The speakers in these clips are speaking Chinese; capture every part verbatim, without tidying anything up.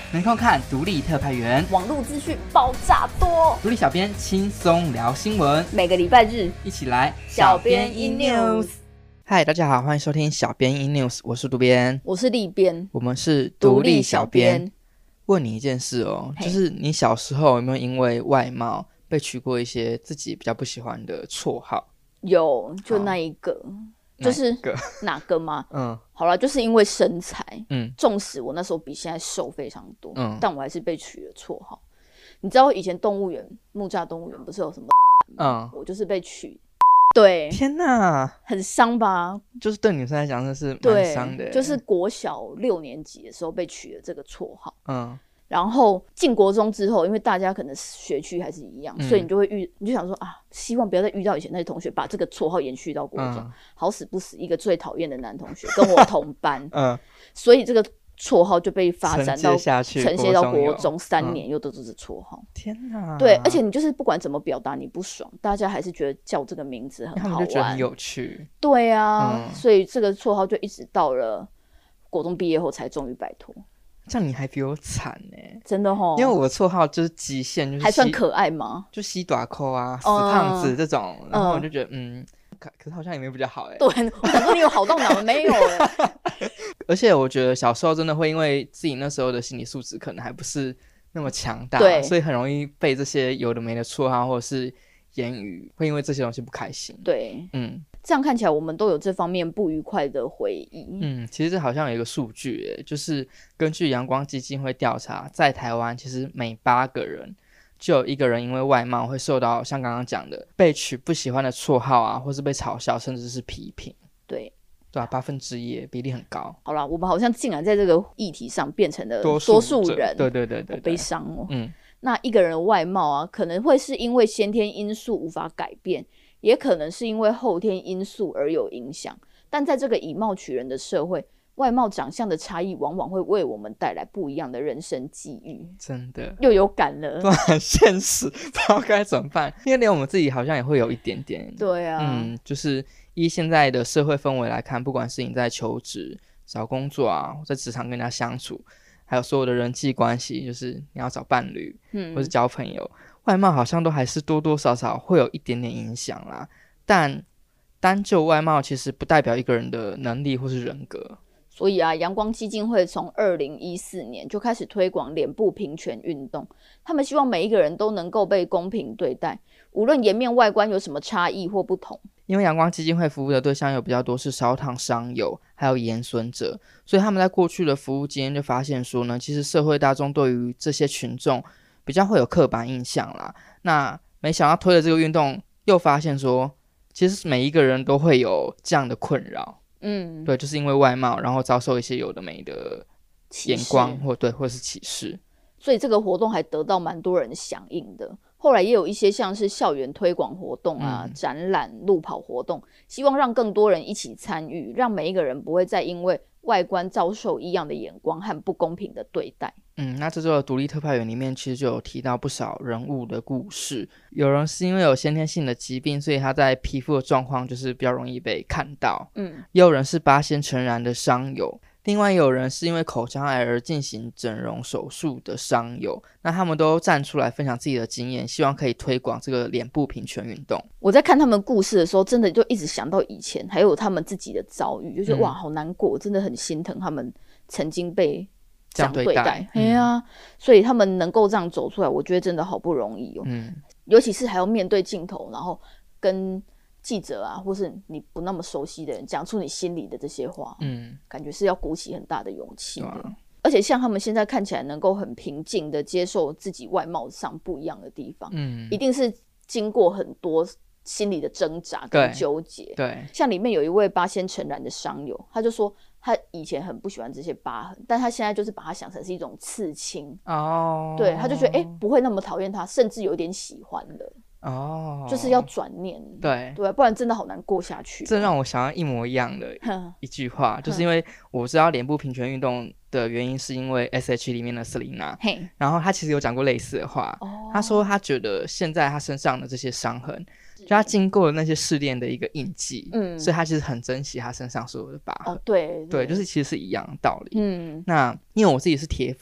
没空看独立特派员， 网络资讯爆炸多， 独立小编轻松聊新闻， 每个礼拜日一起来小编 in news。 嗨，大家好，欢迎收听小编 in news， 我是渡边， 我是立编， 我们是独立小编。问你一件事哦，就是你小时候有没有因为外貌被取过一些自己比较不喜欢的绰号？ 有，就那一个。就是哪个吗？嗯，好了，就是因为身材，嗯，纵使我那时候比现在瘦非常多，嗯，但我还是被取了绰号。你知道以前动物园木栅动物园不是有什么？嗯，我就是被取。对， 天哪， 很伤吧？ 就是对女生来讲，真是蛮伤的。 就是国小六年级的时候被取了这个绰号，嗯。然后进国中之后，因为大家可能学区还是一样，嗯、所以你就会遇，你就想说啊，希望不要再遇到以前那些同学，把这个绰号延续到国中。嗯、好死不死，一个最讨厌的男同学跟我同班，嗯，所以这个绰号就被发展到承接到国中三年，又都是绰号。 天哪！ 对，而且你就是不管怎么表达你不爽，大家还是觉得叫这个名字很好玩， 他们就觉得很有趣。 对啊，嗯、所以这个绰号就一直到了国中毕业后才终于摆脱。 这样你还比我惨呢、欸， 真的齁。 因为我的绰号就是极限，就是还算可爱吗？ 就西短扣啊、死胖子这种，嗯、然后我就觉得，嗯，可可是好像也没有比较好哎、欸。 对，我想说你有好到哪没有哎、欸。 而且我觉得小时候真的会因为自己那时候的心理素质可能还不是那么强大， 对， 所以很容易被这些有的没的绰号或者是言语，会因为这些东西不开心。 对，嗯。这样看起来我们都有这方面不愉快的回忆。 嗯，其实这好像有一个数据耶，就是根据阳光基金会调查，在台湾其实每八个人就有一个人因为外貌会受到像刚刚讲的被取不喜欢的绰号啊，或是被嘲笑甚至是批评。 对对啊，八分之一比例很高。 好啦，我们好像竟然在这个议题上变成了多数人。 对对对 对, 对， 好悲伤哦。嗯，那一个人的外貌啊，可能会是因为先天因素无法改变，也可能是因为后天因素而有影响，但在这个以貌取人的社会，外貌长相的差异往往会为我们带来不一样的人生际遇。 真的又有感了， 对，很现实，不知道该怎么办。因为连我们自己好像也会有一点点。 对啊， 嗯，就是依现在的社会氛围来看，不管是你在求职、找工作啊，在职场跟人家相处，还有所有的人际关系，就是你要找伴侣，嗯，或是交朋友。外貌好像都还是多多少少会有一点点影响啦，但单就外貌其实不代表一个人的能力或是人格。 所以啊，阳光基金会从二零一四年就开始推广脸部平权运动，他们希望每一个人都能够被公平对待，无论颜面外观有什么差异或不同。 因为阳光基金会服务的对象有比较多是烧烫伤友还有延损者，所以他们在过去的服务经验就发现说呢，其实社会大众对于这些群众比较会有刻板印象啦。那没想到推了这个运动，又发现说，其实每一个人都会有这样的困扰。嗯，对，就是因为外貌，然后遭受一些有的没的眼光，或对，或是歧视。 所以这个活动还得到蛮多人响应的。后来也有一些像是校园推广活动啊、嗯、展览、路跑活动，希望让更多人一起参与，让每一个人不会再因为外观遭受异样的眼光和不公平的对待。 嗯，那这周的独立特派员里面其实就有提到不少人物的故事，有人是因为有先天性的疾病，所以他在皮肤的状况就是比较容易被看到，嗯，也有人是八仙尘染的伤友，另外有人是因为口腔癌而进行整容手术的伤友，那他们都站出来分享自己的经验，希望可以推广这个脸部平权运动。 我在看他们故事的时候，真的就一直想到以前还有他们自己的遭遇，就觉得、嗯、哇好难过，真的很心疼他们曾经被这样对待，对待、嗯啊、所以他们能够这样走出来，我觉得真的好不容易哦。嗯，尤其是还要面对镜头，然后跟记者啊，或是你不那么熟悉的人讲出你心里的这些话，嗯，感觉是要鼓起很大的勇气的。啊、而且像他们现在看起来能够很平静的接受自己外貌上不一样的地方，嗯，一定是经过很多心理的挣扎跟纠结。 对，对， 像里面有一位八仙尘染的伤友，他就说他以前很不喜欢这些疤痕，但他现在就是把它想成是一种刺青哦，对，他就觉得哎、欸、不会那么讨厌他，甚至有点喜欢了。哦，就是要转念， 对对，不然真的好难过下去。 这让我想到一模一样的一句话，就是因为我知道脸部平权运动的原因是因为 S H 里面的 Selina， 然后他其实有讲过类似的话，哦、他说他觉得现在他身上的这些伤痕，就他经过了那些试炼的一个印记，嗯，所以他其实很珍惜他身上所有的疤痕。 哦，对对, 对，就是其实是一样的道理。嗯，那因为我自己是铁粉。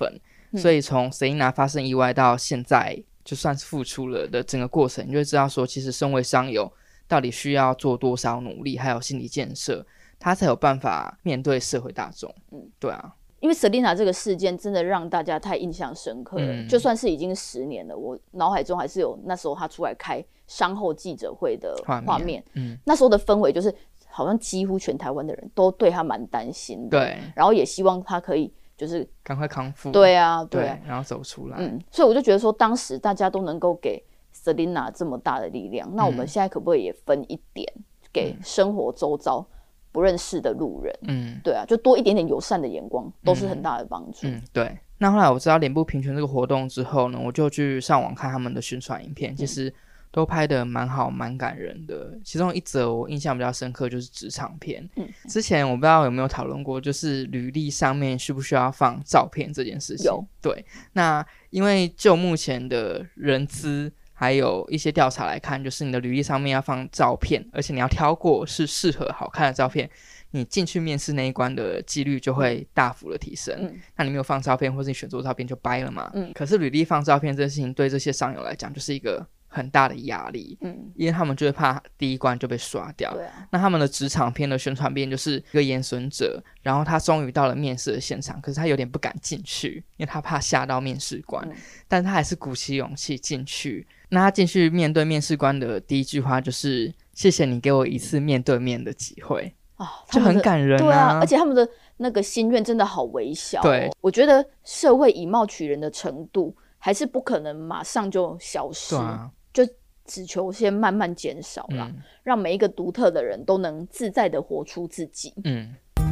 嗯、所以从 Selina 发生意外到现在就算是付出了的整个过程，你就会知道说其实身为商友到底需要做多少努力还有心理建设，他才有办法面对社会大众。嗯，对啊， 因为 Selina 这个事件真的让大家太印象深刻了、嗯、就算是已经十年了，我脑海中还是有那时候他出来开伤后记者会的画面，嗯，那时候的氛围就是好像几乎全台湾的人都对他蛮担心的，对，然后也希望他可以就是赶快康复， 对啊 对, 啊对，然后走出来。 嗯，所以我就觉得说当时大家都能够给 Selina 这么大的力量，那我们现在可不可以也分一点给生活周遭不认识的路人？嗯，对啊，就多一点点友善的眼光都是很大的帮助。嗯， 嗯对。那后来我知道脸部平权这个活动之后呢，我就去上网看他们的宣传影片，其实都拍得蛮好蛮感人的。其中一则我印象比较深刻就是职场片、嗯、之前我不知道有没有讨论过，就是履历上面需不需要放照片这件事情。有，对。那因为就目前的人资还有一些调查来看，就是你的履历上面要放照片，而且你要挑过是适合好看的照片，你进去面试那一关的几率就会大幅的提升、嗯、那你没有放照片或是你选错照片就掰了嘛、嗯、可是履历放照片这件事情对这些商友来讲就是一个很大的压力、嗯、因为他们就会怕第一关就被刷掉、啊、那他们的职场片的宣传片就是一个严损者，然后他终于到了面试的现场，可是他有点不敢进去，因为他怕吓到面试官、嗯、但他还是鼓起勇气进去。那他进去面对面试官的第一句话就是谢谢你给我一次面对面的机会、哦、就很感人啊。 对啊，而且他们的那个心愿真的好微小、哦、对，我觉得社会以貌取人的程度还是不可能马上就消失、啊、就只求先慢慢减少啦、嗯、让每一个独特的人都能自在的活出自己。嗯，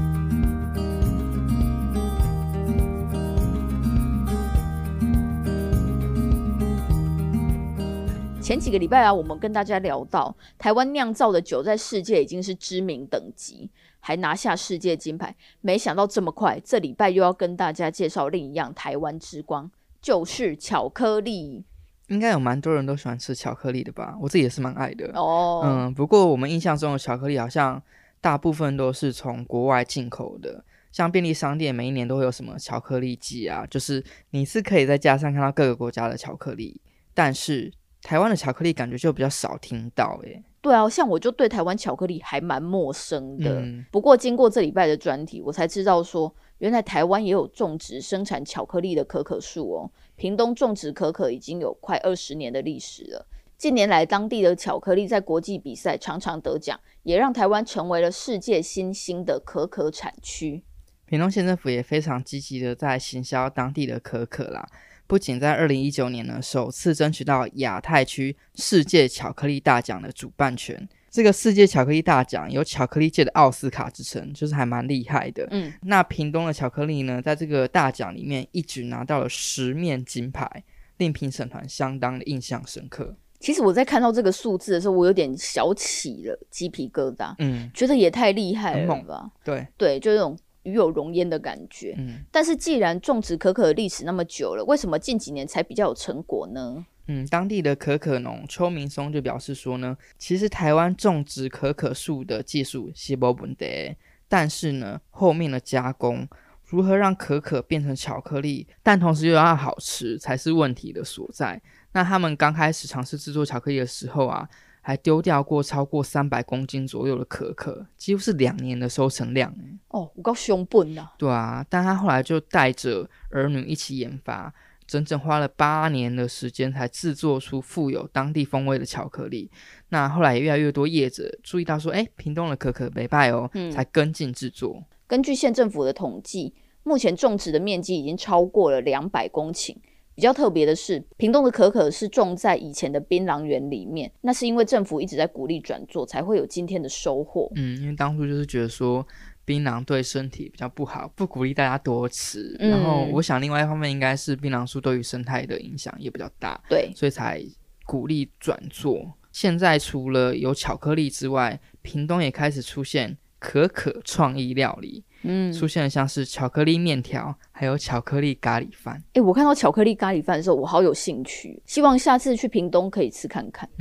前几个礼拜啊，我们跟大家聊到台湾酿造的酒在世界已经是知名等级，还拿下世界金牌。没想到这么快，这礼拜又要跟大家介绍另一样台湾之光，就是巧克力。 应该有蛮多人都喜欢吃巧克力的吧，我自己也是蛮爱的哦。嗯，不过我们印象中的巧克力好像大部分都是从国外进口的，像便利商店每一年都会有什么巧克力季啊，就是你是可以在架上看到各个国家的巧克力，但是台湾的巧克力感觉就比较少听到耶。 对啊，像我就对台湾巧克力还蛮陌生的、嗯、不过经过这礼拜的专题，我才知道说原来台湾也有种植生产巧克力的可可树哦。屏东种植可可已经有快二十年的历史了，近年来当地的巧克力在国际比赛常常得奖，也让台湾成为了世界新兴的可可产区。 屏东县政府也非常积极的在行销当地的可可啦，不仅在二零一九年呢首次争取到亚太区世界巧克力大奖的主办权。这个世界巧克力大奖有巧克力界的奥斯卡之称，就是还蛮厉害的。嗯，那屏东的巧克力呢，在这个大奖里面一举拿到了十面金牌，令评审团相当的印象深刻。 其实我在看到这个数字的时候，我有点小起了鸡皮疙瘩，嗯，觉得也太厉害了吧？ 对对，就那种与有荣焉的感觉。嗯，但是既然种植可可的历史那么久了，为什么近几年才比较有成果呢？ 嗯，当地的可可农邱明松就表示说呢，其实台湾种植可可树的技术是没问题，但是呢，后面的加工，如何让可可变成巧克力，但同时又要好吃，才是问题的所在。那他们刚开始尝试制作巧克力的时候啊，还丢掉过超过三百公斤左右的可可，几乎是两年的收成量。 哦，有够凶笨啊！ 对啊，但他后来就带着儿女一起研发，整整花了八年的时间才制作出富有当地风味的巧克力。那后来也越来越多业者注意到说，哎，屏东的可可没败哦、嗯，才跟进制作。 根据县政府的统计，目前种植的面积已经超过了两百公顷。比较特别的是，屏东的可可是种在以前的槟榔园里面，那是因为政府一直在鼓励转做，才会有今天的收获。 嗯，因为当初就是觉得说槟榔对身体比较不好，不鼓励大家多吃、嗯、然后我想另外一方面应该是槟榔树对于生态的影响也比较大， 对， 所以才鼓励转做。现在除了有巧克力之外，屏东也开始出现可可创意料理，嗯，出现了像是巧克力面条还有巧克力咖喱饭。 欸，我看到巧克力咖喱饭的时候我好有兴趣，希望下次去屏东可以吃看看。 嗯，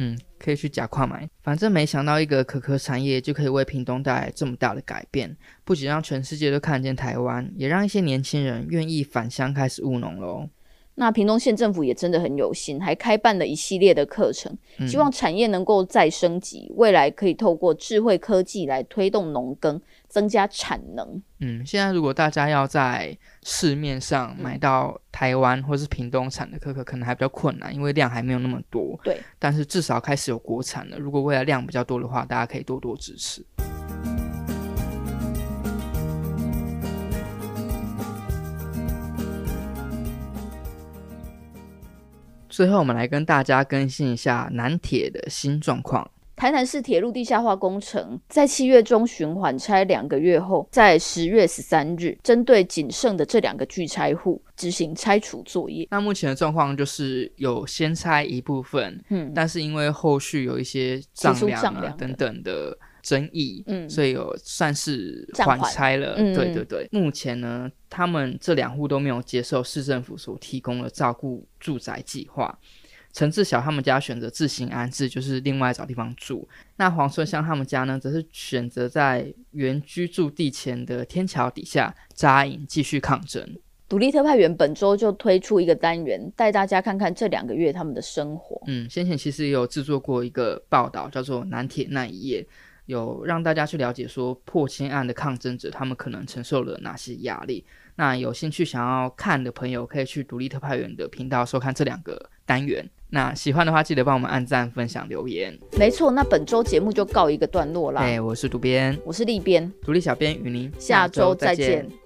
可以去假跨买。反正没想到一个可可产业就可以为屏东带来这么大的改变，不仅让全世界都看见台湾，也让一些年轻人愿意返乡开始务农咯。 那屏东县政府也真的很有心，还开办了一系列的课程，希望产业能够再升级，未来可以透过智慧科技来推动农耕，增加产能。 嗯，现在如果大家要在市面上买到台湾或是屏东产的可可，可能还比较困难，因为量还没有那么多。 对， 但是至少开始有国产了，如果未来量比较多的话，大家可以多多支持。最后我们来跟大家更新一下南铁的新状况。 台南市铁路地下化工程在七月中旬缓拆两个月后，在十月十三日针对仅剩的这两个拒拆户执行拆除作业。 那目前的状况就是有先拆一部分，嗯，但是因为后续有一些丈量啊等等的争议，嗯，所以有算是缓拆了。嗯、对对对，目前呢，他们这两户都没有接受市政府所提供的照顾住宅计划。陈志晓他们家选择自行安置，就是另外找地方住。那黄春香他们家呢，则是选择在原居住地前的天桥底下扎营，继续抗争。 独立特派员本周就推出一个单元，带大家看看这两个月他们的生活。 嗯，先前其实也有制作过一个报道，叫做《南铁那一夜》，有让大家去了解说破千案的抗争者他们可能承受了哪些压力。那有兴趣想要看的朋友可以去独立特派员的频道收看这两个单元。那喜欢的话记得帮我们按赞分享留言。 没错，那本周节目就告一个段落啦。 哎，我是主编， 我是立编， 独立小编与您下周再见。